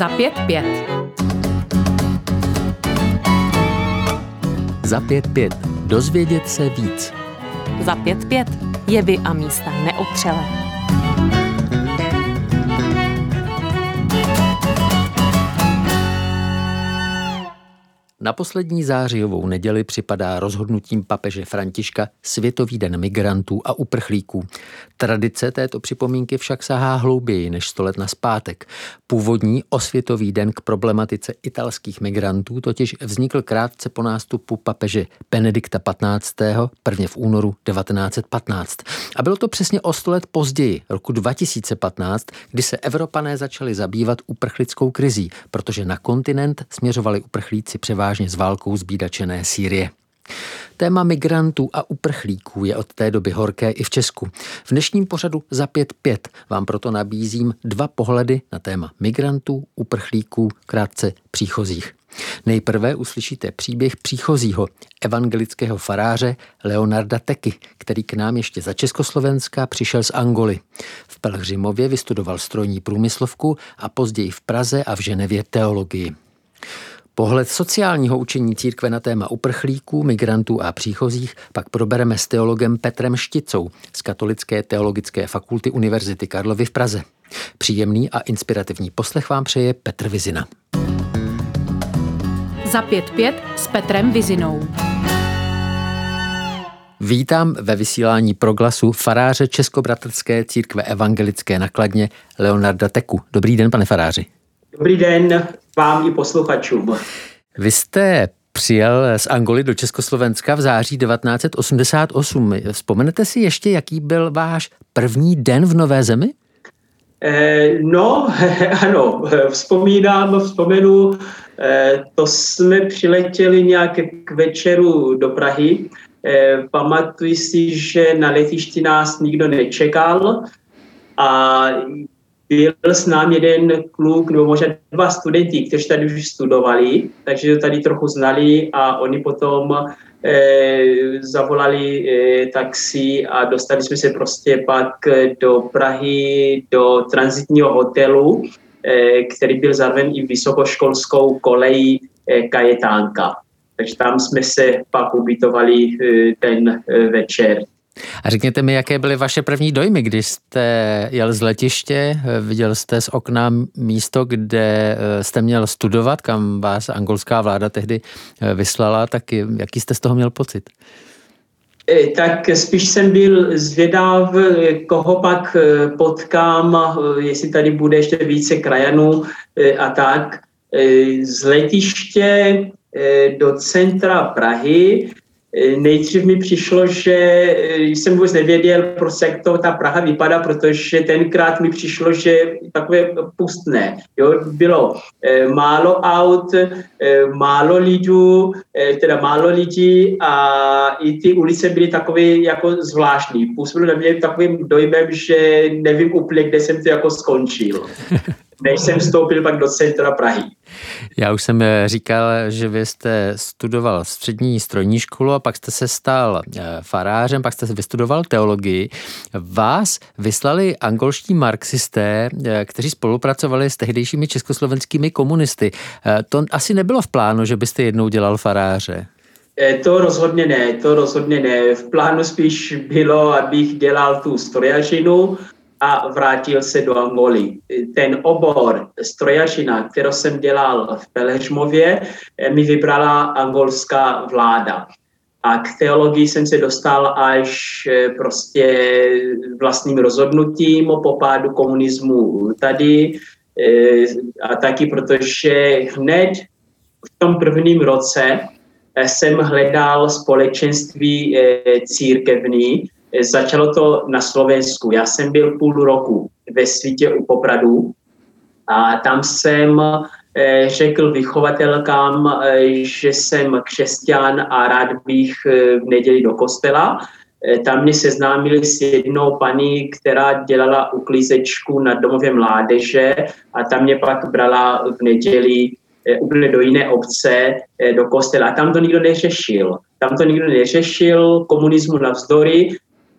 Za 5-5. Za 5-5. Dozvědět se víc. Za 5-5. Jevy a místa neotřelé. Na poslední zářijovou neděli připadá rozhodnutím papeže Františka Světový den migrantů a uprchlíků. Tradice této připomínky však sahá hlouběji než 100 let nazpátek. Původní osvětový den k problematice italských migrantů totiž vznikl krátce po nástupu papeže Benedikta XV. Prvně v únoru 1915. A bylo to přesně o 100 let později, roku 2015, kdy se Evropané začali zabývat uprchlickou krizí, protože na kontinent směřovali uprchlíci převážně z válkou zbídačené Sýrie. Téma migrantů a uprchlíků je od té doby horké i v Česku. V dnešním pořadu Za 5-5 vám proto nabízím 2 pohledy na téma migrantů, uprchlíků, krátce příchozích. Nejprve uslyšíte příběh příchozího, evangelického faráře Leonarda Teky, který k nám ještě za Československa přišel z Angoly. V Pelhřimově vystudoval strojní průmyslovku a později v Praze a v Ženevě teologii. Pohled sociálního učení církve na téma uprchlíků, migrantů a příchozích pak probereme s teologem Petrem Šticou z Katolické teologické fakulty Univerzity Karlovy v Praze. Příjemný a inspirativní poslech vám přeje Petr Vizina. Za 5-5 s Petrem Vizinou. Vítám ve vysílání Proglasu faráře Českobratrské církve evangelické na Kladně Leonarda Teku. Dobrý den, pane faráři. Dobrý den vám i posluchačům. Vy jste přijel z Angoly do Československa v září 1988. Vzpomenete si ještě, jaký byl váš první den v nové zemi? Ano, vzpomenu. To jsme přiletěli nějak k večeru do Prahy. Pamatuji si, že na letišti nás nikdo nečekal a byl s námi jeden kluk, nebo možná 2 studenti, kteří tady už studovali, takže to tady trochu znali a oni potom zavolali taxi a dostali jsme se prostě pak do Prahy, do tranzitního hotelu, který byl zároveň i vysokoškolskou kolejí Kajetánka. Takže tam jsme se pak ubytovali ten večer. A řekněte mi, jaké byly vaše první dojmy, když jste jel z letiště, viděl jste z okna místo, kde jste měl studovat, kam vás angolská vláda tehdy vyslala, tak jaký jste z toho měl pocit? Tak spíš jsem byl zvědav, koho pak potkám, jestli tady bude ještě více krajanů a tak. Z letiště do centra Prahy nejdřív mi přišlo, že jsem vůbec nevěděl, prostě, jak to ta Praha vypadá, protože tenkrát mi přišlo, že takové pustné. Jo? Bylo málo aut, málo lidí a i ty ulice byly takové jako zvláštní. Působilo na mě takovým dojmem, že nevím úplně, kde jsem to jako skončil. Než jsem vstoupil pak do centra Prahy. Já už jsem říkal, že vy jste studoval střední strojní školu a pak jste se stal farářem, pak jste vystudoval teologii. Vás vyslali angolští marxisté, kteří spolupracovali s tehdejšími československými komunisty. To asi nebylo v plánu, že byste jednou dělal faráře? To rozhodně ne. V plánu spíš bylo, abych dělal tu strojařinu a vrátil se do Angoly. Ten obor strojařina, kterou jsem dělal v Pelhřimově, mi vybrala angolská vláda. A k teologii jsem se dostal až prostě vlastním rozhodnutím po pádu komunismu tady. A taky protože hned v tom prvním roce jsem hledal společenství církevní. Začalo to na Slovensku. Já jsem byl půl roku ve Svitě u Popradu a tam jsem řekl vychovatelkám, že jsem křesťan a rád bych v neděli do kostela. Tam mě seznámili s jednou paní, která dělala uklízečku na domově mládeže a tam mě pak brala v neděli úplně do jiné obce, do kostela. A tam to nikdo neřešil. Komunismu navzdory.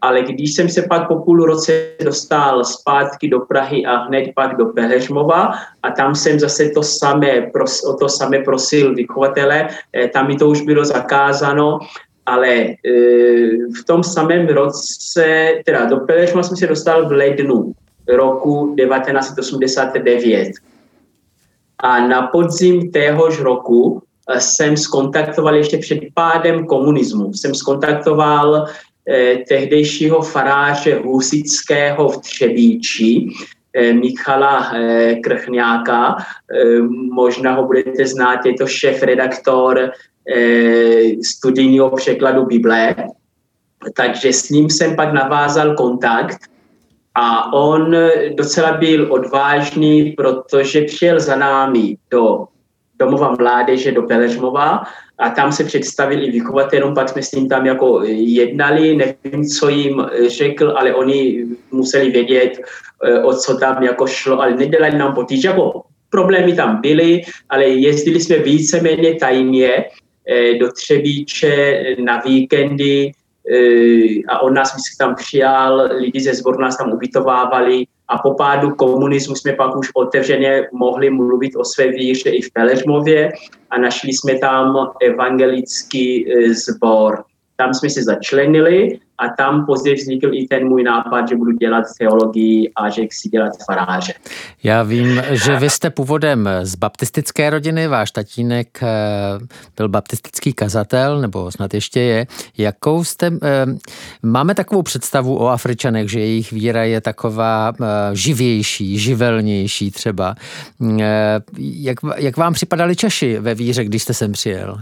ale když jsem se pak po půl roce dostal zpátky do Prahy a hned pak do Peležmova a tam jsem zase o to samé prosil vychovatele, tam mi to už bylo zakázáno, ale v tom samém roce, teda do Peležmova jsem se dostal v lednu roku 1989. A na podzim téhož roku jsem skontaktoval ještě před pádem komunismu. Jsem skontaktoval tehdejšího faráře husitského v Třebíči, Michala Krchňáka. Možná ho budete znát, je to šéf-redaktor studijního překladu Bible. Takže s ním jsem pak navázal kontakt a on docela byl odvážný, protože přijel za námi do domova mládeže do Peležmova a tam se představil i vychovatelům, pak jsme s ním tam jako jednali, nevím, co jim řekl, ale oni museli vědět, o co tam jako šlo, ale nedělali nám potíže, jako problémy tam byly, ale jezdili jsme víceméně tajně do Třebíče na víkendy a on nás tam přijal, lidi ze sboru nás tam ubytovávali a po pádu komunismu jsme pak už otevřeně mohli mluvit o své víře i v Peležmově a našli jsme tam evangelický sbor. Tam jsme se začlenili a tam později vznikl i ten můj nápad, že budu dělat teologii a že chci dělat faráře. Já vím, že vy jste původem z baptistické rodiny, váš tatínek byl baptistický kazatel, nebo snad ještě je. Jakou jste... Máme takovou představu o Afričanech, že jejich víra je taková živější, živelnější třeba. Jak vám připadali Češi ve víře, když jste sem přijel?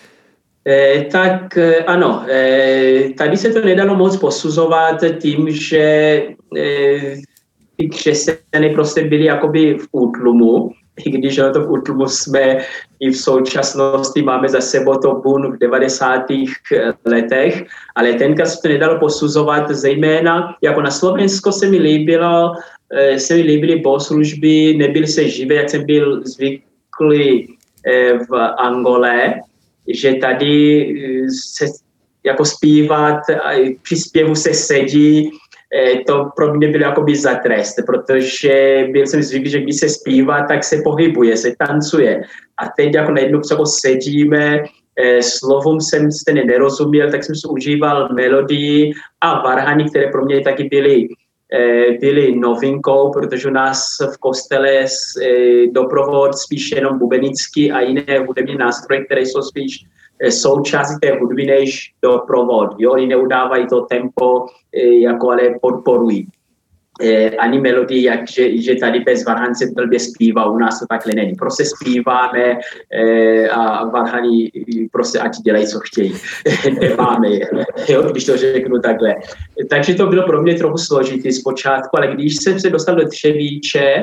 Tak ano, tady se to nedalo moc posuzovat tím, že ty křesťané prostě byli jakoby v útlumu, i když to v útlumu jsme i v současnosti máme za sebou to bun v 90. letech, ale tenkrát se to nedalo posuzovat, zejména jako na Slovensko se mi líbily bohoslužby, nebyl se živé, jak jsem byl zvyklý v Angole, že tady se jako zpívat, při zpěvu se sedí, to pro mě bylo jakoby za trest, protože byl jsem zvyklý, že když se zpívá, tak se pohybuje, se tancuje. A teď jako najednou jako sedíme, slovům jsem stejně nerozuměl, tak jsem si užíval melodii a varhany, které pro mě taky byly novinkou, protože u nás v kostele doprovod spíš jenom bubenický a jiné hudební nástroje, které jsou spíš součástí té hudby než doprovod. Jo? Oni neudávají to tempo, jako ale podporují. Ani melodii, že tady bez varhance blbě zpívá, u nás to takhle není. Prostě zpíváme a varhani prostě ať dělají, co chtějí. Nemáme je, jo, když to řeknu takhle. Takže to bylo pro mě trochu složitý zpočátku, ale když jsem se dostal do Třebíče,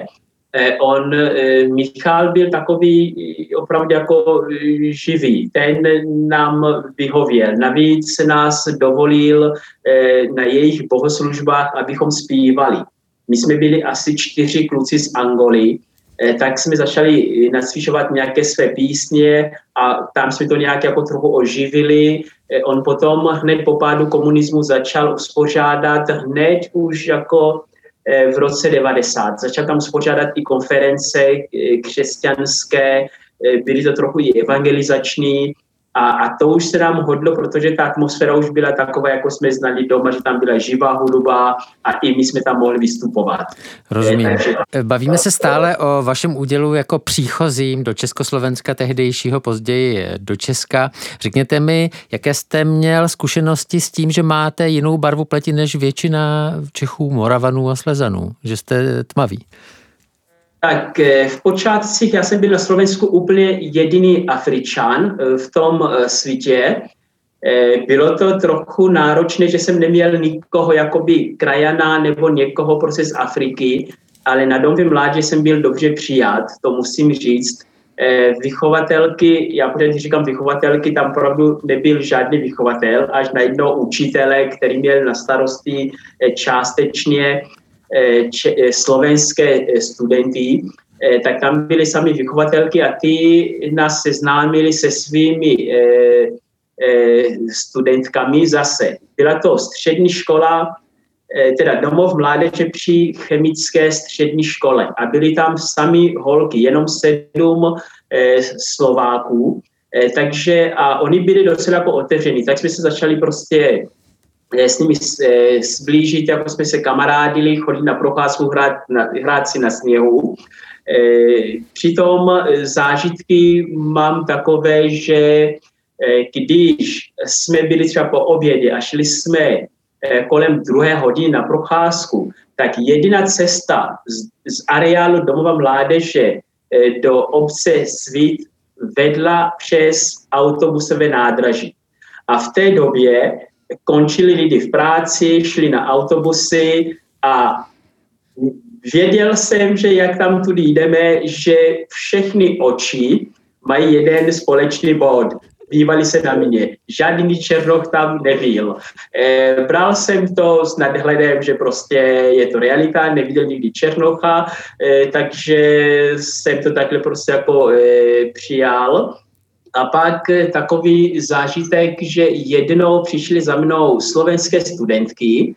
Michal byl takový opravdu jako živý, ten nám vyhověl. Navíc nás dovolil na jejich bohoslužbách, abychom zpívali. My jsme byli asi 4 kluci z Angoly, tak jsme začali nacvičovat nějaké své písně a tam jsme to nějak jako trochu oživili. On potom hned po pádu komunismu začal uspořádat hned už jako v roce 90. Začal tam spořádat i konference křesťanské, byly to trochu i evangelizační a to už se nám hodlo, protože ta atmosféra už byla taková, jako jsme znali doma, že tam byla živá hudba a i my jsme tam mohli vystupovat. Rozumím. Bavíme se stále o vašem údělu jako příchozím do Československa tehdejšího, později do Česka. Řekněte mi, jaké jste měl zkušenosti s tím, že máte jinou barvu pleti než většina Čechů, Moravanů a Slezanů, že jste tmaví? Tak v počátcích já jsem byl na Slovensku úplně jediný Afričan v tom světě. Bylo to trochu náročné, že jsem neměl nikoho jakoby krajana nebo někoho prostě z Afriky, ale na domě mládeže jsem byl dobře přijat, to musím říct. Vychovatelky, já pořád říkám vychovatelky, tam opravdu nebyl žádný vychovatel, až na jednoho učitele, který měl na starosti částečně slovenské studenty, tak tam byly sami vychovatelky a ty nás seznámili se svými studentkami zase. Byla to střední škola, teda domov mládeže při chemické střední škole a byly tam sami holky, jenom 7 Slováků, takže a oni byli docela jako otevření, tak jsme se začali prostě s nimi zblížit, jako jsme se kamarádili, chodili na procházku, hrát si na sněhu. Přitom zážitky mám takové, že když jsme byli třeba po obědě a šli jsme kolem 2 hodiny na procházku, tak jediná cesta z areálu domova mládeže do obce Svit vedla přes autobusové nádraží. A v té době končili lidi v práci, šli na autobusy a věděl jsem, že jak tam tudy jdeme, že všechny oči mají jeden společný bod. Dívali se na mě. Žádný černoch tam nebyl. Bral jsem to s nadhledem, že prostě je to realita, neviděl nikdy černocha, takže jsem to takhle prostě jako přijal. A pak takový zážitek, že jednou přišly za mnou slovenské studentky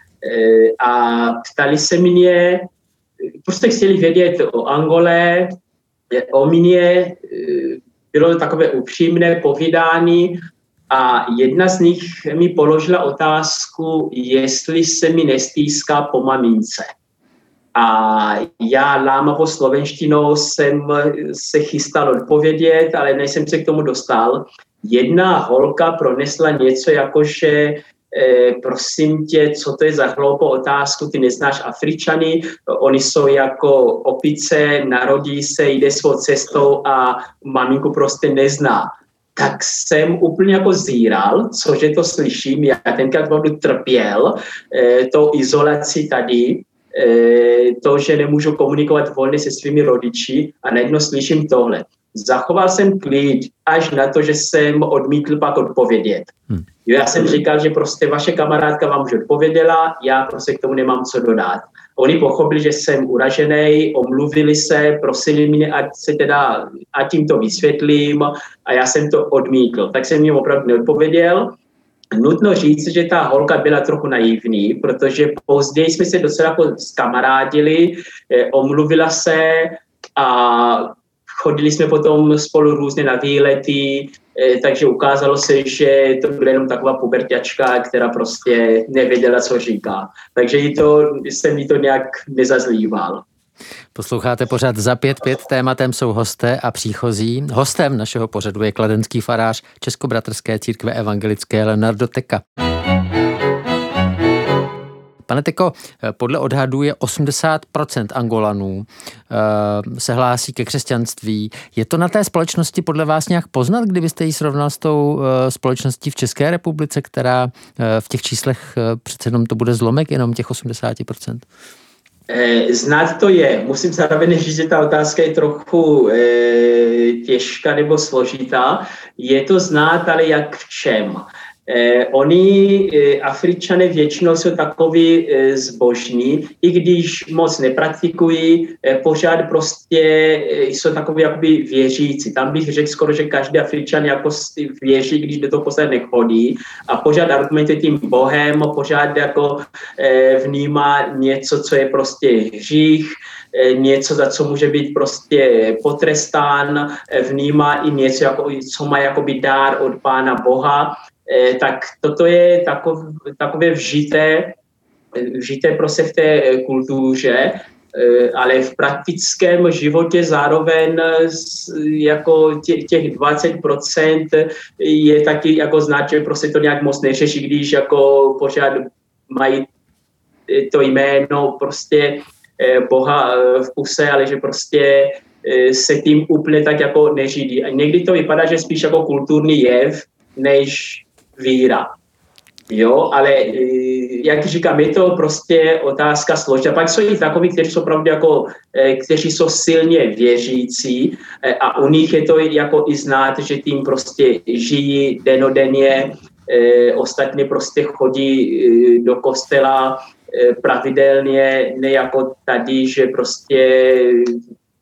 a ptali se mě, prostě chtěli vědět o Angole, o mě, bylo takové upřímné povídání a jedna z nich mi položila otázku, jestli se mi nestýská po mamince. A já lámavou slovenštinou jsem se chystal odpovědět, ale než jsem se k tomu dostal. Jedna holka pronesla něco jako, že prosím tě, co to je za hloupou otázku, ty neznáš Afričany, oni jsou jako opice, narodí se, jde svou cestou a maminku prostě nezná. Tak jsem úplně jako zíral, cože to slyším, já tenkrát opravdu trpěl tou izolaci tady, to, že nemůžu komunikovat volně se svými rodiči a najednou slyším tohle. Zachoval jsem klid až na to, že jsem odmítl pak odpovědět. Já jsem říkal, že prostě vaše kamarádka vám už odpověděla, já prostě k tomu nemám co dodat. Oni pochopili, že jsem uražený, omluvili se, prosili mě, ať jim to vysvětlím a já jsem to odmítl. Tak jsem jim opravdu neodpověděl. Nutno říct, že ta holka byla trochu naivní, protože později jsme se docela jako zkamarádili, omluvila se a chodili jsme potom spolu různě na výlety, takže ukázalo se, že to byla jenom taková puberťačka, která prostě nevěděla, co říká. Takže jsem jí to nějak nezazlíval. Posloucháte pořad Za 5-5, tématem jsou hosté a příchozí. Hostem našeho pořadu je kladenský farář Českobratrské církve evangelické Leonardo Teka. Pane Teko, podle odhadů je 80% Angolanů se hlásí ke křesťanství. Je to na té společnosti podle vás nějak poznat, kdybyste ji srovnal s tou společností v České republice, která v těch číslech přece jenom to bude zlomek jenom těch 80%? Znát to je. Musím zároveň říct, že ta otázka je trochu těžká nebo složitá. Je to znát, ale jak v čem? Oni, Afričané, většinou jsou takový zbožní, i když moc nepraktikují, pořád prostě jsou takový jakoby věřící. Tam bych řekl skoro, že každý Afričan jako věří, když do toho pořád nechodí a pořád argumentuje tím Bohem, pořád jako vnímá něco, co je prostě hřích, něco, za co může být prostě potrestán, vnímá i něco, jako, co má jakoby dár od Pána Boha. Tak toto je takové vžité prostě v té kultuře, ale v praktickém životě zároveň jako těch 20% je taky jako znát, že prostě to nějak moc neřeší, když jako pořád mají to jméno prostě Boha v kuse, ale že prostě se tím úplně tak jako neřídí. A někdy to vypadá, že spíš jako kulturní jev, než víra. Jo, ale jak říkám, je to prostě otázka složitá. Pak jsou i takoví, kteří jsou opravdu jako, kteří jsou silně věřící a u nich je to jako i znát, že tím prostě žijí denodenně, ostatně prostě chodí do kostela pravidelně, ne jako tady, že prostě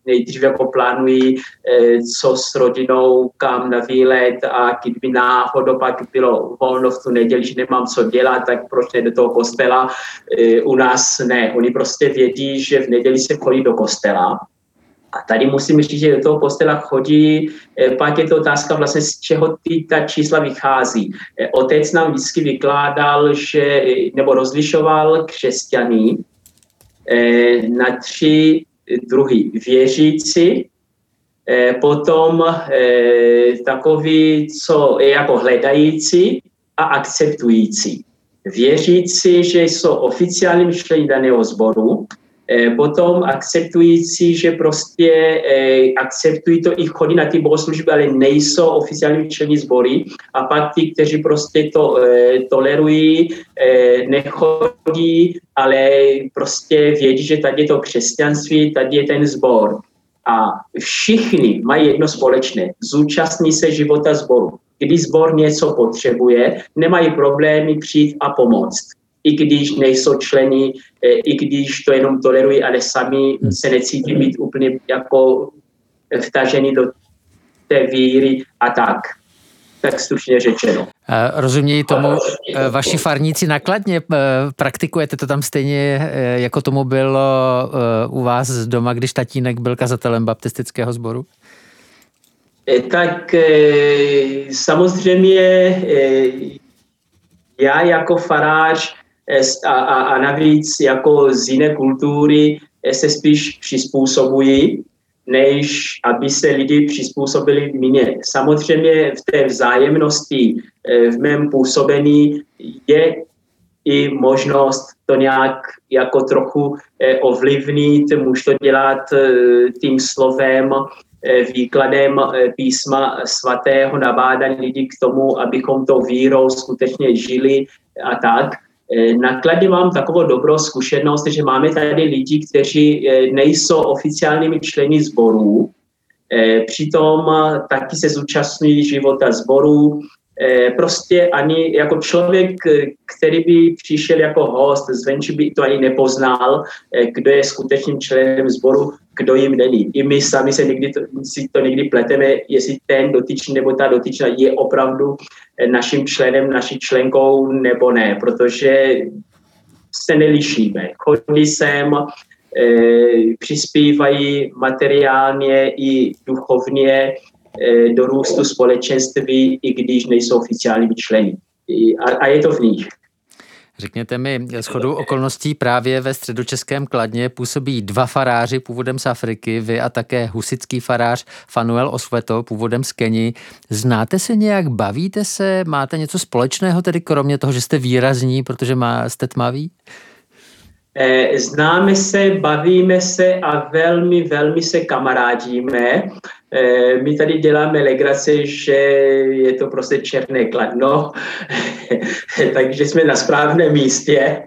nejdřív jako plánují, co s rodinou, kam na výlet a kdyby náhodou pak bylo volno v tu neděli, že nemám co dělat, tak proč ne do toho kostela. U nás ne, oni prostě vědí, že v neděli se chodí do kostela. A tady musím říct, že do toho kostela chodí, pak je to otázka vlastně, z čeho ta čísla vychází. Otec nám vždycky vykládal, nebo rozlišoval křesťany na 3 druhy. Věřící, potom takový, co je jako hledající a akceptující. Věřící, že jsou oficiálními členy daného sboru, potom akceptující, že prostě akceptují to i chodí na ty bohoslužby, ale nejsou oficiální členy sbory, a pak ty, kteří prostě to tolerují, nechodí, ale prostě vědí, že tady je to křesťanství, tady je ten sbor. A všichni mají jedno společné, zúčastní se života sboru. Když sbor něco potřebuje, nemají problémy přijít a pomoct. I když nejsou členy, i když to jenom tolerují, ale sami se necítí být úplně jako vtažený do té víry a tak. Tak stručně řečeno. Rozumějí tomu vaši farníci na Kladně? Praktikujete to tam stejně, jako tomu bylo u vás doma, když tatínek byl kazatelem baptistického sboru? Tak samozřejmě já jako farář a navíc jako z jiné kultury se spíš přizpůsobují, než aby se lidi přizpůsobili mně. Samozřejmě v té vzájemnosti v mém působení je i možnost to nějak jako trochu ovlivnit, můžu to dělat tím slovem, výkladem písma svatého, nabádat lidi k tomu, abychom to vírou skutečně žili a tak. Na Kladně mám takovou dobrou zkušenost, že máme tady lidi, kteří nejsou oficiálními členy sborů, přitom taky se zúčastňují života sborů. Prostě ani jako člověk, který by přišel jako host, zvenčí by to ani nepoznal, kdo je skutečným členem sboru, kdo jim není. I my sami si to někdy pleteme, jestli ten dotyčný nebo ta dotyčná je opravdu naším členem, naší členkou nebo ne, protože se nelišíme. Chodí sem, přispívají materiálně i duchovně do růstu společenství, i když nejsou oficiálními členy. A je to v nich. Řekněte mi, shodou okolností právě ve středočeském Kladně působí 2 faráři původem z Afriky, vy a také husitský farář Fanuel Osweto původem z Keni. Znáte se nějak, bavíte se, máte něco společného, tedy kromě toho, že jste výrazní, protože jste tmaví? Známe se, bavíme se a velmi, velmi se kamarádíme. My tady děláme legraci, že je to prostě černé Kladno, takže jsme na správném místě.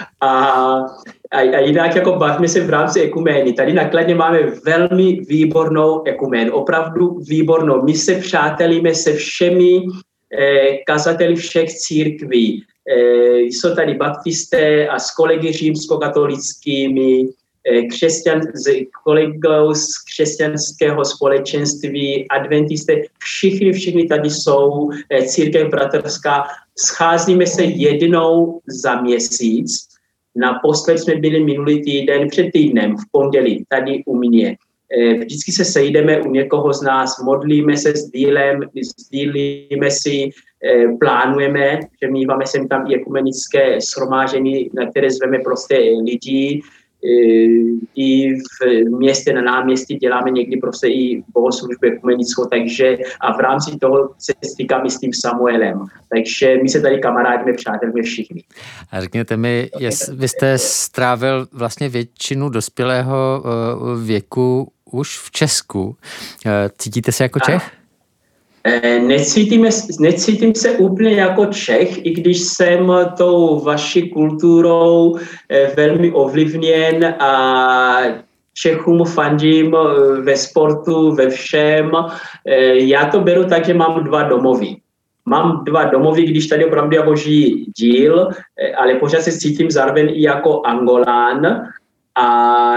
A jinak jako bavíme se v rámci ekumény. Tady na Kladně máme velmi výbornou ekuménu, opravdu výbornou. My se přátelíme se všemi kazateli všech církví. Jsou tady baptisté a s kolegy římskokatolickými, kolegou z křesťanského společenství, adventisté, všichni tady jsou, církev bratrská. Scházíme se jednou za měsíc. Naposled jsme byli minulý týden, před týdnem, v pondělí, tady u mě. Vždycky se sejdeme u někoho z nás, modlíme se, sdílíme si, plánujeme, že míváme sem tam i ekumenické shromáždění, na které zveme prostě lidi. I v městě na náměstí děláme někdy prostě i bohoslužbu ekumenickou, takže a v rámci toho se stýkáme s tím Samuelem. Takže my se tady kamarádíme, přátelíme všichni. A řekněte mi, vy jste strávil vlastně většinu dospělého věku už v Česku. Cítíte se jako Čech? Necítím se úplně jako Čech, i když jsem tou vaší kulturou velmi ovlivněn a Čechům fandím ve sportu, ve všem. Já to beru tak, že mám 2 domovy. Mám 2 domovy, když tady opravdu jako žijí díl, ale pořád se cítím zároveň i jako Angolán. a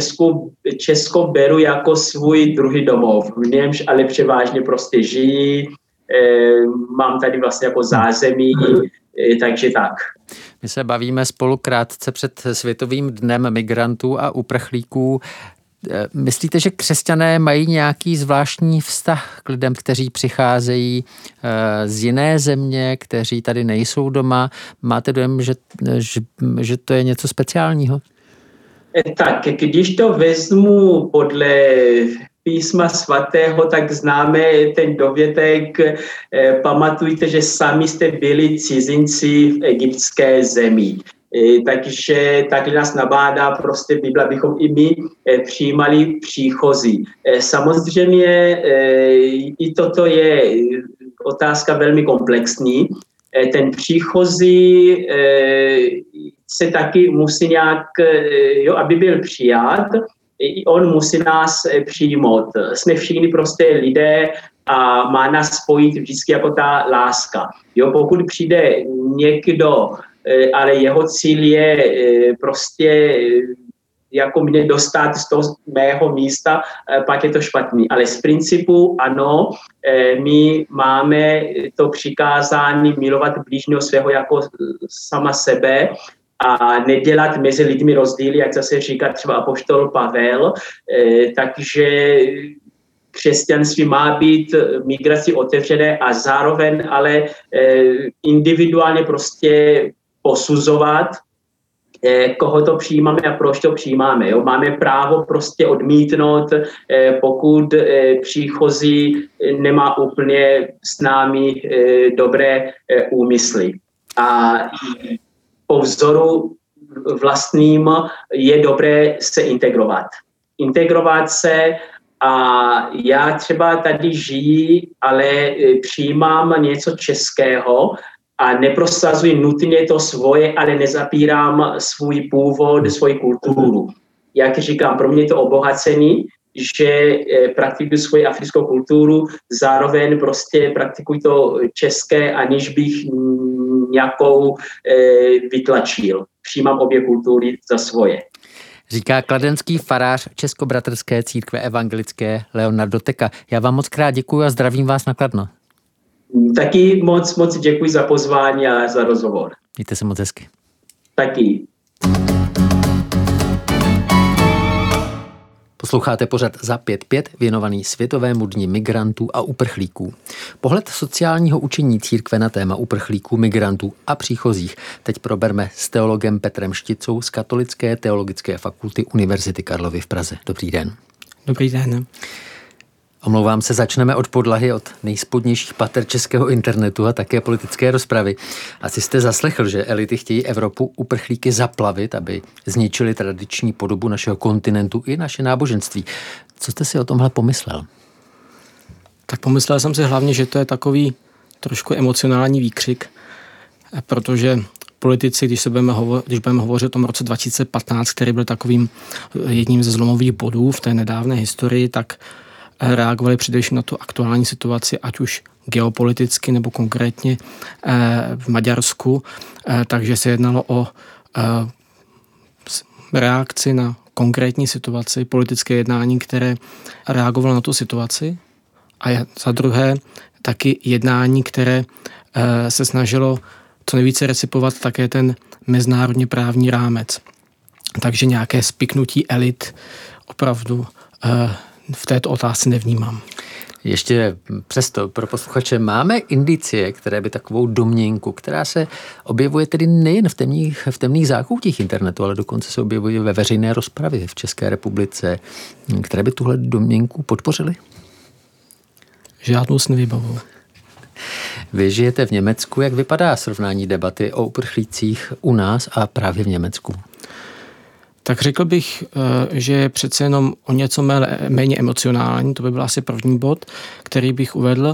Česko beru jako svůj druhý domov, v němž ale převážně prostě žijí, mám tady vlastně jako zázemí, takže tak. My se bavíme spolu krátce před Světovým dnem migrantů a uprchlíků. Myslíte, že křesťané mají nějaký zvláštní vztah k lidem, kteří přicházejí z jiné země, kteří tady nejsou doma? Máte dojem, že to je něco speciálního? Tak, když to vezmu podle písma svatého, tak známe ten dovětek, pamatujte, že sami jste byli cizinci v egyptské zemi. Takže takhle nás nabádá prostě Bible, abychom i my přijímali příchozí. Samozřejmě i toto je otázka velmi komplexní. Ten příchozí se taky musí nějak, aby byl přijat, i on musí nás přijmout. Jsme všichni prostě lidé a má nás spojit vždycky jako ta láska. Pokud přijde někdo, ale jeho cíl je prostě jako mě dostat z toho mého místa, pak je to špatný. Ale z principu ano, my máme to přikázání milovat bližního svého jako sama sebe a nedělat mezi lidmi rozdíly, jak zase říká třeba apoštol Pavel. Takže křesťanství má být migraci otevřené a zároveň ale individuálně prostě posuzovat, koho to přijímáme a proč to přijímáme. Jo? Máme právo prostě odmítnout, pokud příchozí nemá úplně s námi dobré úmysly. A po vzoru vlastním je dobré se integrovat. Integrovat se a já třeba tady žiji, ale přijímám něco českého, a neprosazuji nutně to svoje, ale nezapírám svůj původ, svoji kulturu. Jak říkám, pro mě je to obohacení, že praktikuji svoji africkou kulturu, zároveň prostě praktikuji to české, aniž bych nějakou vytlačil. Přijímám obě kultury za svoje. Říká kladenský farář Českobratrské církve evangelické Leonard Doteka. Já vám moc krát děkuji a zdravím vás na Kladno. Taky moc děkuji za pozvání a za rozhovor. Mějte se moc hezky. Taky. Posloucháte pořad Za 5.5 věnovaný Světovému dni migrantů a uprchlíků. Pohled sociálního učení církve na téma uprchlíků, migrantů a příchozích teď probereme s teologem Petrem Šticou z Katolické teologické fakulty Univerzity Karlovy v Praze. Dobrý den. Dobrý den. Omlouvám se, začneme od podlahy, od nejspodnějších pater českého internetu a také politické rozpravy. Asi jste zaslechl, že elity chtějí Evropu uprchlíky zaplavit, aby zničili tradiční podobu našeho kontinentu i naše náboženství. Co jste si o tomhle pomyslel? Tak pomyslel jsem si hlavně, že to je takový trošku emocionální výkřik, protože politici, když budeme hovořit o tom roce 2015, který byl takovým jedním ze zlomových bodů v té nedávné historii, tak reagovali především na tu aktuální situaci, ať už geopoliticky nebo konkrétně v Maďarsku. Takže se jednalo o reakci na konkrétní situaci, politické jednání, které reagovalo na tu situaci. A za druhé taky jednání, které se snažilo co nejvíce recipovat také ten mezinárodně právní rámec. Takže nějaké spiknutí elit opravdu v této otázce nevnímám. Ještě přesto pro posluchače máme indicie, které by takovou domněnku, která se objevuje tedy nejen v temných zákoutích internetu, ale dokonce se objevuje ve veřejné rozpravě v České republice, které by tuhle domněnku podpořily? Žádnou si nevybavuju. Vy žijete v Německu. Jak vypadá srovnání debaty o uprchlících u nás a právě v Německu? Tak řekl bych, že je přece jenom o něco méně emocionální, to by byl asi první bod, který bych uvedl.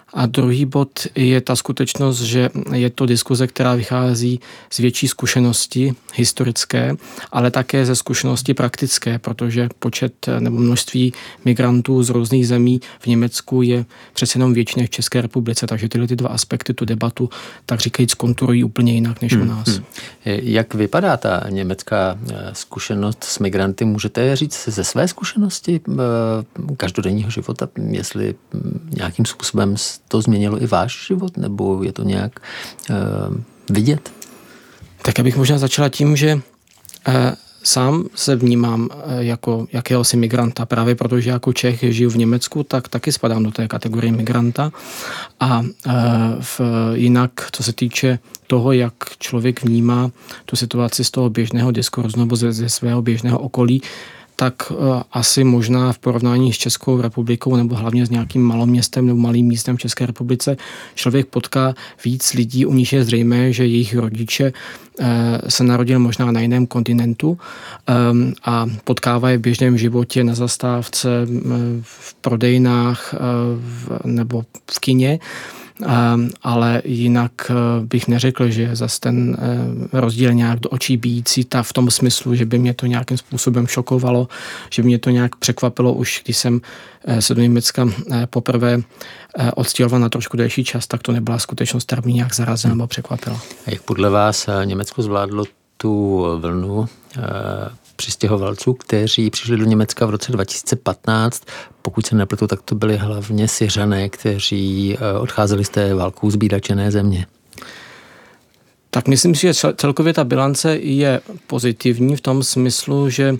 A druhý bod je ta skutečnost, že je to diskuze, která vychází z větší zkušenosti historické, ale také ze zkušenosti praktické, protože počet nebo množství migrantů z různých zemí v Německu je přece jenom větší než v České republice, takže tyhle ty dva aspekty tu debatu tak říkajíc konturují úplně jinak než u nás. Jak vypadá ta německá zkušenost s migranty? Můžete říct ze své zkušenosti každodenního života, jestli nějakým způsobem to změnilo i váš život, nebo je to nějak vidět? Tak abych možná začala tím, že sám se vnímám jako jakéhosi migranta, právě protože jako Čech žiju v Německu, tak taky spadám do té kategorie migranta. A jinak, co se týče toho, jak člověk vnímá tu situaci z toho běžného diskurzu nebo ze svého běžného okolí, tak asi možná v porovnání s Českou republikou nebo hlavně s nějakým maloměstem nebo malým místem v České republice člověk potká víc lidí, u nich je zřejmé, že jejich rodiče se narodili možná na jiném kontinentu a potkává je v běžném životě na zastávce, v prodejnách nebo v kině. Ale jinak bych neřekl, že zase ten rozdíl nějak do očí bijící v tom smyslu, že by mě to nějakým způsobem šokovalo, že by mě to nějak překvapilo už, když jsem se do Německa poprvé odstěhoval na trošku delší čas, tak to nebyla skutečnost, která mě nějak zarazila nebo překvapila. A jak podle vás Německo zvládlo tu vlnu přistěhovalců, kteří přišli do Německa v roce 2015. Pokud se nepletu, tak to byli hlavně Syřané, kteří odcházeli z té válkou zbídačené země. Tak myslím si, že celkově ta bilance je pozitivní v tom smyslu, že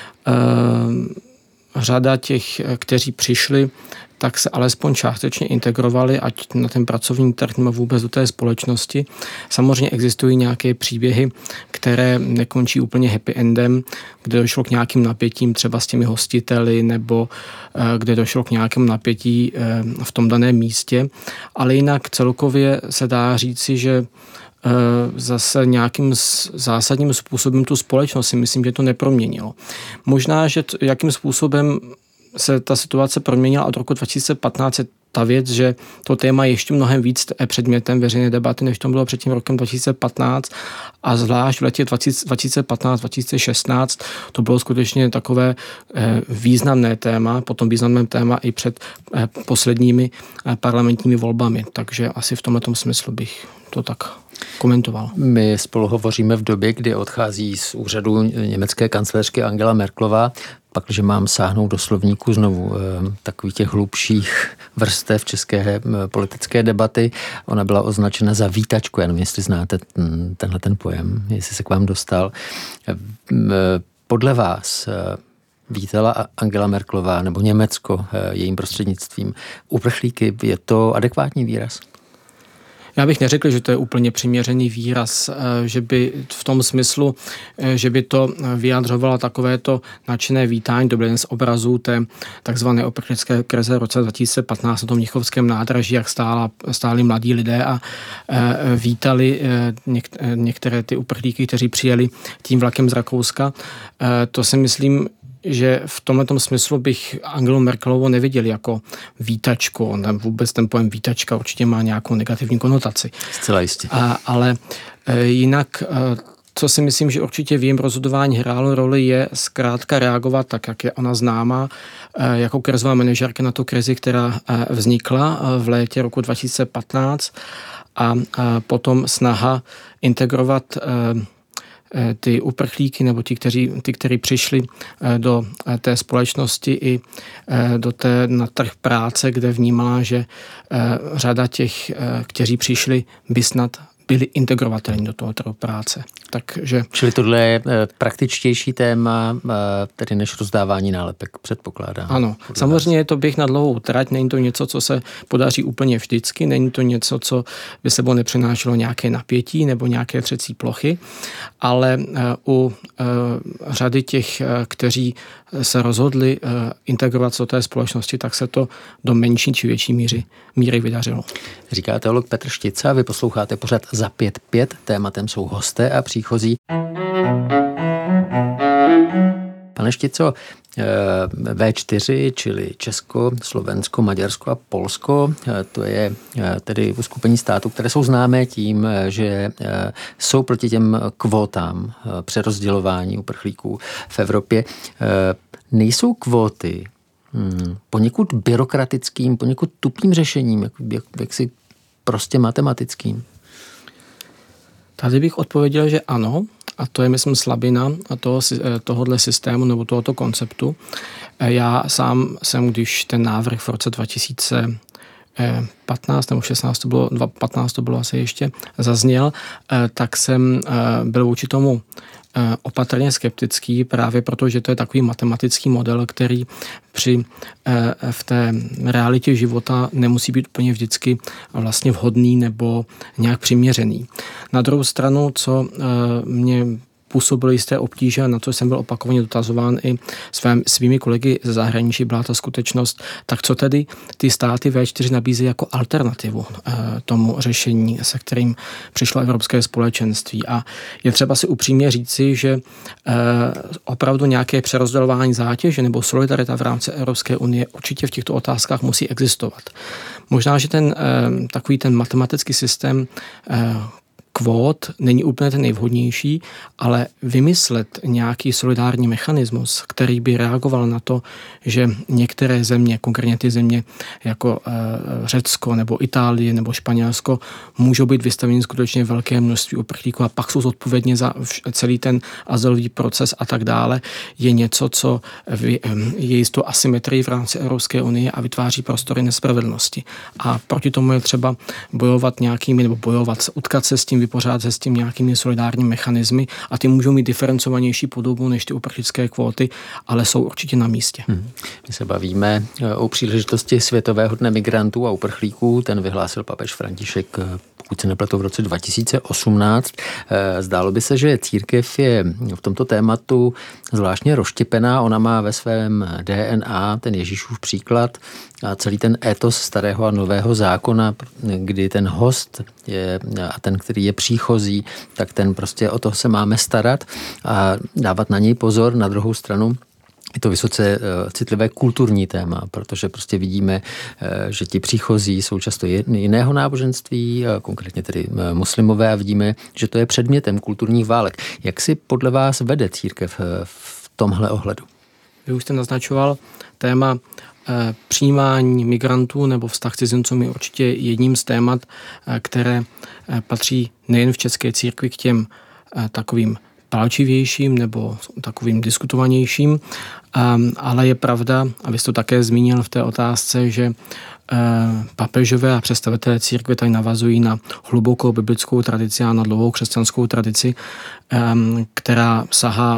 řada těch, kteří přišli, tak se alespoň částečně integrovali, ať na ten pracovní trh nebo vůbec do té společnosti. Samozřejmě existují nějaké příběhy, které nekončí úplně happy endem, kde došlo k nějakým napětím třeba s těmi hostiteli nebo kde došlo k nějakému napětí v tom daném místě, ale jinak celkově se dá říci, že zase nějakým zásadním způsobem tu společnost si myslím, že to neproměnilo. Možná, že jakým způsobem se ta situace proměnila od roku 2015, ta věc, že to téma je ještě mnohem víc předmětem veřejné debaty, než to bylo před tím rokem 2015 a zvlášť v letě 2015-2016 to bylo skutečně takové významné téma, potom významné téma i před posledními parlamentními volbami, takže asi v tomto smyslu bych to tak komentoval. My spolu hovoříme v době, kdy odchází z úřadu německé kancléřky Angela Merkelová, pakliže mám sáhnout do slovníku znovu takových těch hlubších vrstev české politické debaty. Ona byla označena za vítačku, já nevím, jestli znáte tenhle ten pojem, jestli se k vám dostal. Podle vás vítala Angela Merkelová nebo Německo jejím prostřednictvím uprchlíky, je to adekvátní výraz? Já bych neřekl, že to je úplně přiměřený výraz, že by v tom smyslu, že by to vyjadřovalo takovéto nadšené vítání. To byl jeden z obrazů té takzvané uprchlické krize v roce 2015 na tom Mnichovském nádraží, jak stáli mladí lidé a vítali některé ty uprchlíky, kteří přijeli tím vlakem z Rakouska. To si myslím, že v tomto smyslu bych Angelu Merkelovou neviděl jako vítačku. Vůbec ten pojem vítačka určitě má nějakou negativní konotaci. Zcela jistě. Ale jinak, co si myslím, že určitě v jejím rozhodování hrálo roli, je zkrátka reagovat tak, jak je ona známá, jako krizová manažerka na tu krizi, která vznikla v létě roku 2015 a potom snaha integrovat ty uprchlíky nebo ti, kteří přišli do té společnosti i na trh práce, kde vnímala, že řada těch, kteří přišli, by snad byli integrovatelní do toho trhu práce. Čili tohle je praktičtější téma, tedy než rozdávání nálepek, předpokládám. Ano, samozřejmě je to běh na dlouhou trať, není to něco, co se podaří úplně vždycky, není to něco, co by sebou nepřinášelo nějaké napětí nebo nějaké třecí plochy, ale u řady těch, kteří se rozhodli integrovat se do té společnosti, tak se to do menší či větší míry vydařilo. Říká teolog Petr Štica, vy posloucháte pořad Za 5-5, tématem jsou hosté a příchozí. Pane Štico, V4, čili Česko, Slovensko, Maďarsko a Polsko. To je tedy uskupení států, které jsou známé tím, že jsou proti těm kvótám přerozdělování uprchlíků v Evropě. Nejsou kvóty poněkud byrokratickým, poněkud tupým řešením, jaksi prostě matematickým? Tady bych odpověděl, že ano, a to je, myslím, slabina tohohle systému nebo tohoto konceptu. Já sám jsem, když ten návrh v roce 2015 nebo 16 to bylo, 2015 to bylo asi ještě, zazněl, tak jsem byl vůči tomu opatrně skeptický, právě proto, že to je takový matematický model, který v té realitě života nemusí být úplně vždycky vlastně vhodný nebo nějak přiměřený. Na druhou stranu, co mě působily jisté obtíže, a na to jsem byl opakovaně dotazován i svými kolegy ze zahraničí, byla ta skutečnost, tak co tedy ty státy V4 nabízí jako alternativu tomu řešení, se kterým přišlo Evropské společenství. A je třeba si upřímně říci, že opravdu nějaké přerozdělování zátěže nebo solidarita v rámci Evropské unie určitě v těchto otázkách musí existovat. Možná, že takový ten matematický systém kvót není úplně ten nejvhodnější, ale vymyslet nějaký solidární mechanismus, který by reagoval na to, že některé země, konkrétně ty země jako Řecko nebo Itálie nebo Španělsko, můžou být vystaveny skutečně velké množství uprchlíků a pak jsou zodpovědně za celý ten azylový proces a tak dále, je něco, co je jistou asymetrii v rámci Evropské unie a vytváří prostory nespravedlnosti. A proti tomu je třeba bojovat utkat se s tím, vypořádat se s tím nějakými solidárními mechanismy a ty můžou mít diferencovanější podobu než ty uprchlické kvóty, ale jsou určitě na místě. My se bavíme o příležitosti Světového dne migrantů a uprchlíků. Ten vyhlásil papež František, pokud se nepletu, v roce 2018. Zdálo by se, že církev je v tomto tématu zvláštně rozštěpená. Ona má ve svém DNA ten Ježíšův příklad a celý ten étos starého a nového zákona, kdy ten host a ten, který je příchozí, tak ten prostě o to se máme starat a dávat na něj pozor. Na druhou stranu je to vysoce citlivé kulturní téma, protože prostě vidíme, že ti příchozí jsou často jiného náboženství, konkrétně tedy muslimové, a vidíme, že to je předmětem kulturních válek. Jak si podle vás vede církev v tomhle ohledu? Vy už jste naznačoval téma přijímání migrantů nebo vztah cizincům je určitě jedním z témat, které patří nejen v české církvi k těm takovým palčivějším nebo takovým diskutovanějším, ale je pravda, a vy jste to také zmínil v té otázce, že papežové a představitelé církve tady navazují na hlubokou biblickou tradici a na dlouhou křesťanskou tradici, která sahá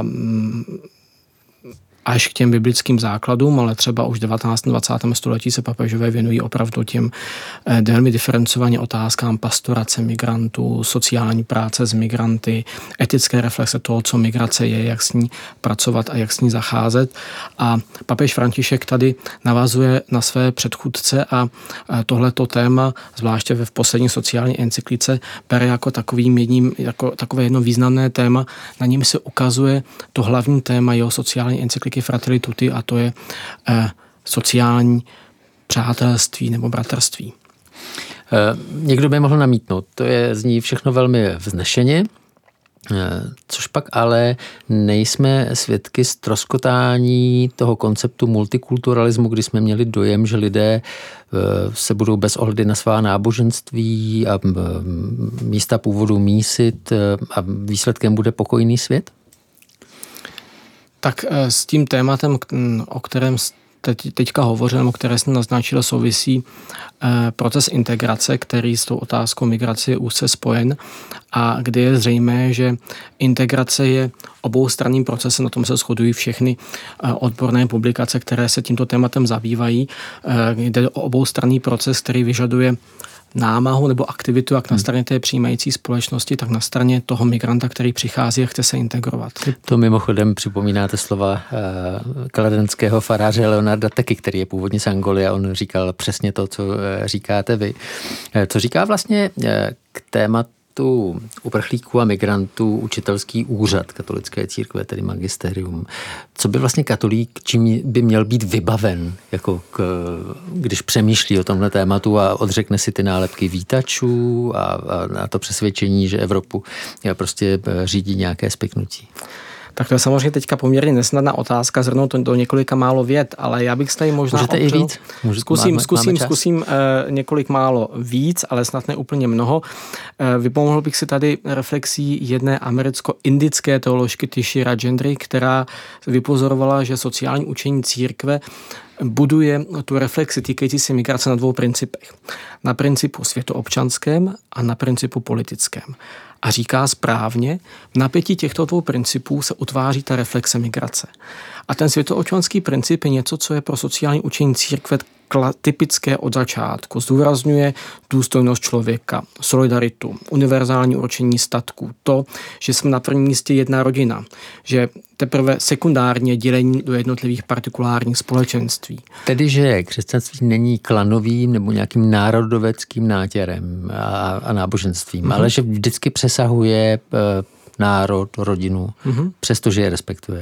až k těm biblickým základům, ale třeba už v 19. 20. století se papežové věnují opravdu těm velmi diferencovaně otázkám pastorace migrantů, sociální práce s migranty, etické reflexe toho, co migrace je, jak s ní pracovat a jak s ní zacházet. A papež František tady navazuje na své předchůdce a tohleto téma, zvláště v poslední sociální encyklice, bere jako takové jedno významné téma. Na něm se ukazuje to hlavní téma jeho sociální encykliky Fratelli Tutti, a to je sociální přátelství nebo bratrství. Někdo by mohl namítnout, zní všechno velmi vznešeně, což pak ale nejsme svědky ztroskotání toho konceptu multikulturalismu, kdy jsme měli dojem, že lidé se budou bez ohledu na svá náboženství a místa původu mísit a výsledkem bude pokojný svět? Tak s tím tématem, o kterém teďka hovořil, o které jsem naznačil, souvisí proces integrace, který s tou otázkou migrace je úzce spojen a kde je zřejmé, že integrace je oboustranným procesem, na tom se shodují všechny odborné publikace, které se tímto tématem zabývají. Jde o oboustranný proces, který vyžaduje námahu nebo aktivitu jak na straně té přijímající společnosti, tak na straně toho migranta, který přichází a chce se integrovat. To mimochodem připomínáte slova kladenského faráře Leonarda Teky, který je původně z Angoly, a on říkal přesně to, co říkáte vy. Co říká vlastně k tématu tématu uprchlíků a migrantů učitelský úřad katolické církve, tedy magisterium. Co by vlastně katolík, čím by měl být vybaven, jako když přemýšlí o tomhle tématu a odřekne si ty nálepky vítačů a to přesvědčení, že Evropu prostě řídí nějaké spiknutí? Tak to je samozřejmě teďka poměrně nesnadná otázka, zhrnout to do několika málo vět, ale já bych se tady možná Můžete i víc? Zkusím několik málo víc, ale snad ne úplně mnoho. Vypomohl bych si tady reflexí jedné americko-indické teoložky Tishi Rajendry, která vypozorovala, že sociální učení církve buduje tu reflexi týkající se migrace na dvou principech. Na principu světoobčanském a na principu politickém. A říká správně, v napětí těchto dvou principů se utváří ta reflexe migrace. A ten světoobčanský princip je něco, co je pro sociální učení církve typické od začátku. Zdůrazňuje důstojnost člověka, solidaritu, univerzální určení statků, to, že jsme na prvním místě jedna rodina, že teprve sekundárně dělení do jednotlivých partikulárních společenství. Tedy, že křesťanství není klanovým nebo nějakým národoveckým nátěrem a náboženstvím, ale že vždycky přesahuje národ, rodinu, přestože je respektuje.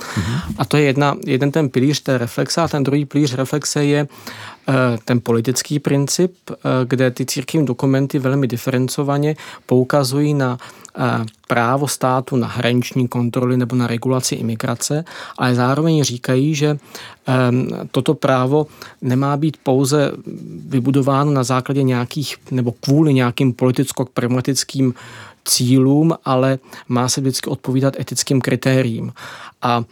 A to je jeden ten pilíř té reflexe a ten druhý pilíř reflexe je ten politický princip, kde ty církevní dokumenty velmi diferencovaně poukazují na právo státu na hraniční kontroly nebo na regulaci imigrace, ale zároveň říkají, že toto právo nemá být pouze vybudováno na základě nějakých nebo kvůli nějakým politicko-pragmatickým cílům, ale má se vždycky odpovídat etickým kritériím. A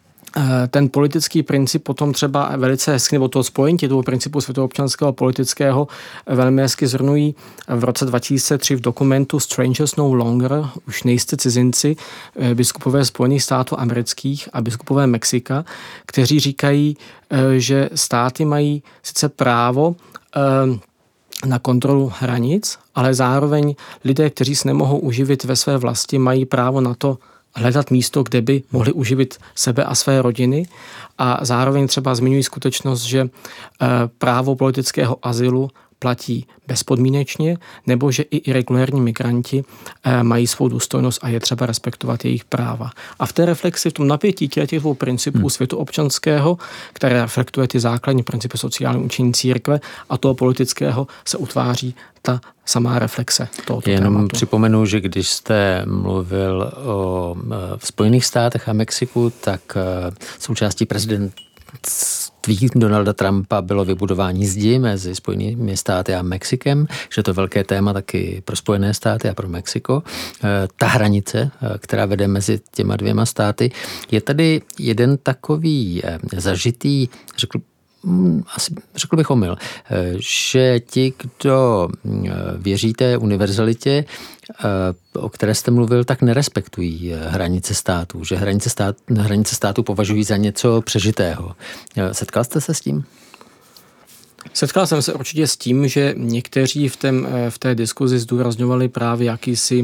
ten politický princip potom třeba velice hezky, nebo to spojení toho principu světoobčanského a politického velmi hezky zhrnují v roce 2003 v dokumentu Strangers No Longer, už nejste cizinci, biskupové Spojených států amerických a biskupové Mexika, kteří říkají, že státy mají sice právo na kontrolu hranic, ale zároveň lidé, kteří se nemohou uživit ve své vlasti, mají právo na to hledat místo, kde by mohli uživit sebe a své rodiny a zároveň třeba zmiňují skutečnost, že právo politického azylu platí bezpodmínečně, nebo že i irregulární migranti mají svou důstojnost a je třeba respektovat jejich práva. A v té reflexi, v tom napětí těch dvou principů světu občanského, které reflektuje ty základní principy sociálního učení církve a toho politického, se utváří ta samá reflexe tohoto Jenom tématu. připomenu, že když jste mluvil o Spojených státech a Mexiku, tak součástí prezidentství Donalda Trumpa bylo vybudování zdi mezi Spojenými státy a Mexikem, že to je velké téma taky pro Spojené státy a pro Mexiko. Ta hranice, která vede mezi těma dvěma státy, je tady jeden takový zažitý, řekl bych omyl, že ti, kdo věří té univerzalitě, o které jste mluvil, tak nerespektují hranice států, že hranice států považují za něco přežitého. Setkal jste se s tím? Setkal jsem se určitě s tím, že někteří v té diskuzi zdůrazňovali právě jakýsi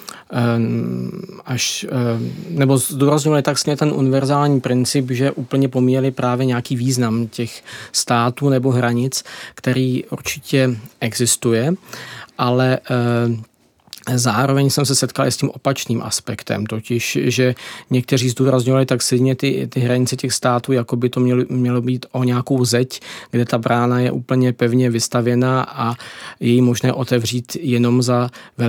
nebo zdůrazňovali tak ten univerzální princip, že úplně pomíjeli právě nějaký význam těch států nebo hranic, který určitě existuje, ale zároveň jsem se setkal i s tím opačným aspektem, totiž, že někteří zdůrazňovali tak silně ty hranice těch států, jako by to mělo být o nějakou zeď, kde ta brána je úplně pevně vystavěna a je jí možné otevřít jenom za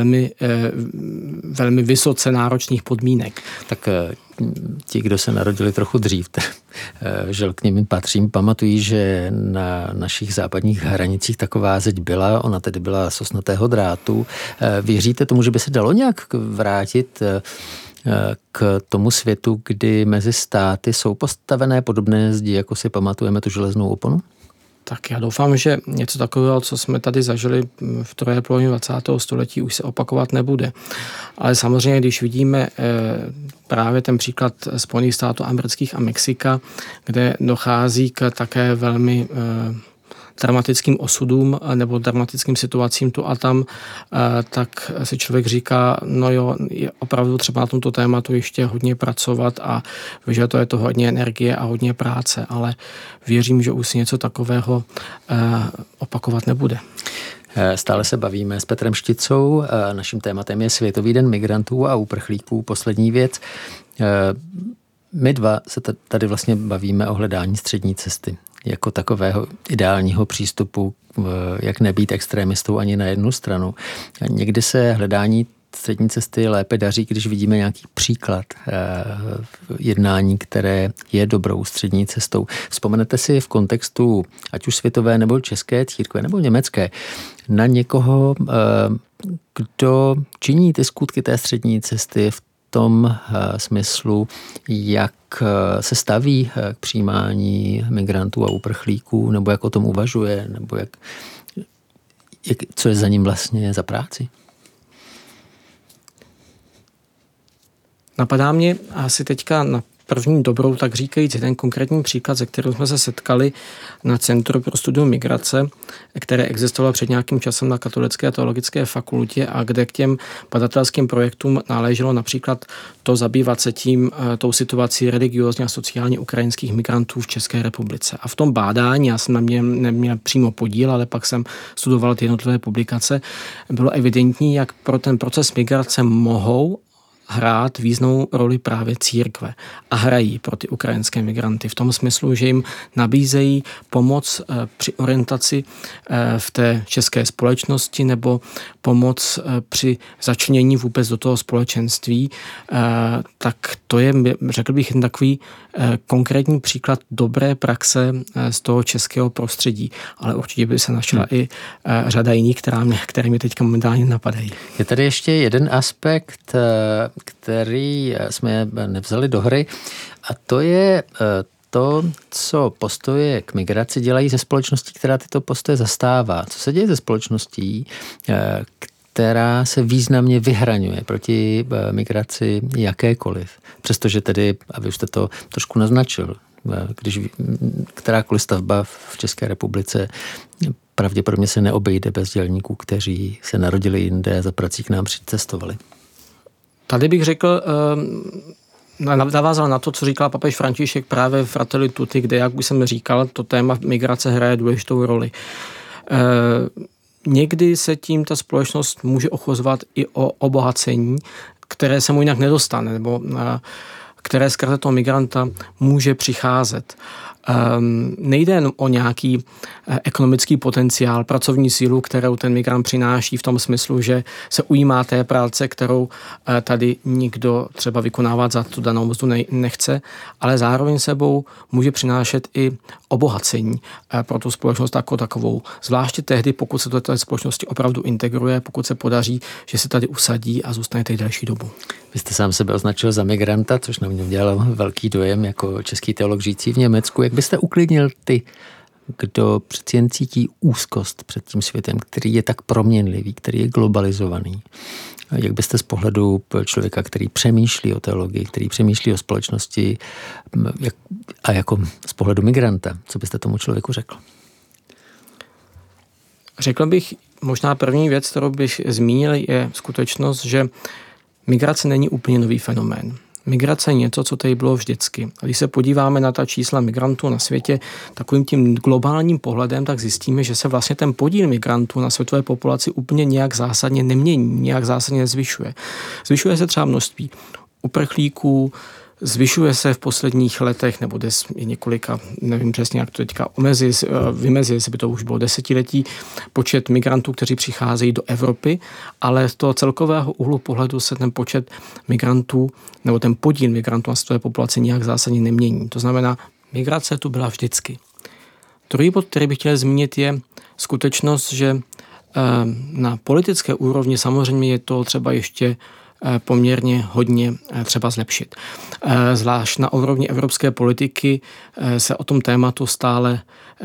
velmi vysoce náročných podmínek. Tak ti, kdo se narodili trochu dřív, že k nim patřím, pamatují, že na našich západních hranicích taková zeď byla, ona tedy byla sosnatého drátu. Věříte tomu, že by se dalo nějak vrátit k tomu světu, kdy mezi státy jsou postavené podobné zdi, jako si pamatujeme tu železnou oponu? Tak já doufám, že něco takového, co jsme tady zažili v druhé polovině 20. století, už se opakovat nebude. Ale samozřejmě, když vidíme právě ten příklad Spojených států amerických a Mexika, kde dochází k také velmi dramatickým osudům nebo dramatickým situacím tu a tam, tak si člověk říká, no jo, je opravdu třeba na tomto tématu ještě hodně pracovat a vyžaduje to hodně energie a hodně práce, ale věřím, že už si něco takového opakovat nebude. Stále se bavíme s Petrem Šticou. Naším tématem je Světový den migrantů a uprchlíků. Poslední věc. My dva se tady vlastně bavíme o hledání střední cesty. Jako takového ideálního přístupu, jak nebýt extrémistou ani na jednu stranu. Někdy se hledání střední cesty lépe daří, když vidíme nějaký příklad jednání, které je dobrou střední cestou. Vzpomenete si v kontextu ať už světové nebo české církve nebo německé na někoho, kdo činí ty skutky té střední cesty v tom smyslu, jak se staví k přijímání migrantů a uprchlíků, nebo jak o tom uvažuje, nebo co je za ním vlastně za práci? Napadá mě asi teďka na první dobrou, tak říkajíc, ten konkrétní příklad, se kterým jsme se setkali na Centru pro studium migrace, které existovalo před nějakým časem na Katolické teologické fakultě a kde k těm badatelským projektům náleželo například to zabývat se tou situací religiózně a sociálně ukrajinských migrantů v České republice. A v tom bádání, já jsem na mě neměl přímo podíl, ale pak jsem studoval ty jednotlivé publikace, bylo evidentní, jak pro ten proces migrace mohou hrát významnou roli právě církve a hrají pro ty ukrajinské migranty v tom smyslu, že jim nabízejí pomoc při orientaci v té české společnosti nebo pomoc při začlenění vůbec do toho společenství, tak to je, řekl bych, takový konkrétní příklad dobré praxe z toho českého prostředí, ale určitě by se našla i řada jiných, které mi teďka momentálně napadají. Je tady ještě jeden aspekt, který jsme nevzali do hry, a to je to, co postoje k migraci dělají ze společností, která tyto postoje zastává. Co se děje ze společností, která se významně vyhraňuje proti migraci jakékoliv. Přestože tedy, a vy už jste to trošku naznačil, když kterákoliv stavba v České republice pravděpodobně se neobejde bez dělníků, kteří se narodili jinde a za prací k nám přicestovali. Tady bych řekl, navázal na to, co říkal papež František právě v Fratelli Tutti, kde, jak už jsem říkal, to téma migrace hraje důležitou roli. Někdy se tím ta společnost může ochuzovat i o obohacení, které se mu jinak nedostane, nebo které skrze toho migranta může přicházet. Nejde jen o nějaký ekonomický potenciál, pracovní sílu, kterou ten migrant přináší v tom smyslu, že se ujímá té práce, kterou tady nikdo třeba vykonávat za tu danou mzdu nechce, ale zároveň sebou může přinášet i obohacení pro tu společnost jako takovou. Zvláště tehdy, pokud se do té společnosti opravdu integruje, pokud se podaří, že se tady usadí a zůstane tady delší dobu. Vy jste sám sebe označil za migranta, což na mě udělalo velký dojem jako český teolog žijící v Německu. Jak byste uklidnil ty, kdo přeci jen cítí úzkost před tím světem, který je tak proměnlivý, který je globalizovaný? Jak byste z pohledu člověka, který přemýšlí o teologii, který přemýšlí o společnosti a jako z pohledu migranta, co byste tomu člověku řekl? Řekl bych, možná první věc, kterou bych zmínil, je skutečnost, že migrace není úplně nový fenomén. Migrace je něco, co tady bylo vždycky. A když se podíváme na ta čísla migrantů na světě takovým tím globálním pohledem, tak zjistíme, že se vlastně ten podíl migrantů na světové populaci úplně nějak zásadně nemění, nějak zásadně nezvyšuje. Zvyšuje se třeba množství uprchlíků, zvyšuje se v posledních letech, nebo několika, nevím přesně, jak to teďka vymezí, jestli by to už bylo desetiletí, počet migrantů, kteří přicházejí do Evropy, ale z toho celkového úhlu pohledu se ten počet migrantů, nebo ten podíl migrantů na světové populaci nějak zásadně nemění. To znamená, migrace tu byla vždycky. Druhý bod, který bych chtěl zmínit, je skutečnost, že na politické úrovni samozřejmě je to třeba ještě poměrně hodně třeba zlepšit. Zvlášť na úrovni evropské politiky se o tom tématu stále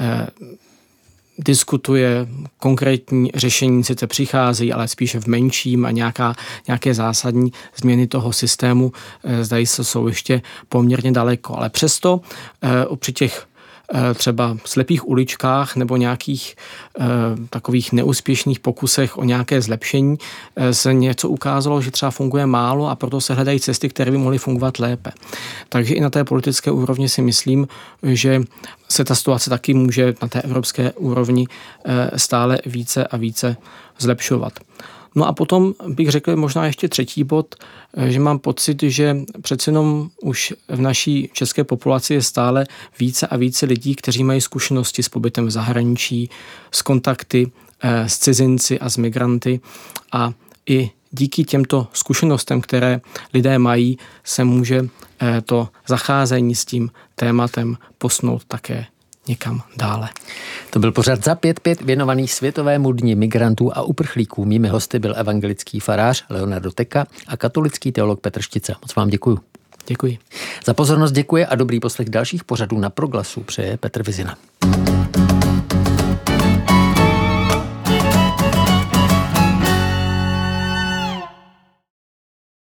diskutuje, konkrétní řešení sice přichází, ale spíše v menším a nějaké zásadní změny toho systému zdají se jsou ještě poměrně daleko. Ale přesto při těch třeba slepých uličkách nebo nějakých takových neúspěšných pokusech o nějaké zlepšení se něco ukázalo, že třeba funguje málo a proto se hledají cesty, které by mohly fungovat lépe. Takže i na té politické úrovni si myslím, že se ta situace taky může na té evropské úrovni stále více a více zlepšovat. No a potom bych řekl možná ještě třetí bod, že mám pocit, že přece jenom už v naší české populaci je stále více a více lidí, kteří mají zkušenosti s pobytem v zahraničí, s kontakty s cizinci a s migranty a i díky těmto zkušenostem, které lidé mají, se může to zacházení s tím tématem posunout také někam dále. To byl pořad Za 5-5 věnovaný Světovému dni migrantů a uprchlíků. Mými hosty byl evangelický farář Leonardo Teka a katolický teolog Petr Štica. Moc vám děkuju. Děkuji. Za pozornost děkuji a dobrý poslech dalších pořadů na Proglasu přeje Petr Vizina.